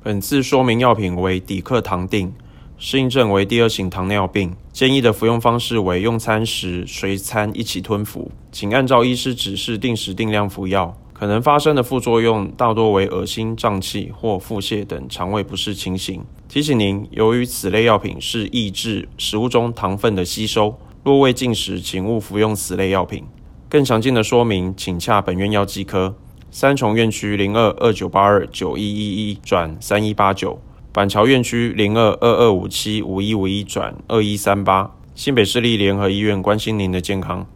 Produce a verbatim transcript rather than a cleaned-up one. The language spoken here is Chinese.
本次说明药品为底克糖定，适应症为第二型糖尿病，建议的服用方式为用餐时随餐一起吞服，请按照医师指示定时定量服药。可能发生的副作用大多为恶心、胀气或腹泻等肠胃不适情形。提醒您，由于此类药品是抑制食物中糖分的吸收，若未禁食，请勿服用此类药品。更详尽的说明，请洽本院药剂科。三重院区零二二九八二九一一一转三一八九，板桥院区零二二二五七五一五一转二一三八。新北市立联合医院关心您的健康。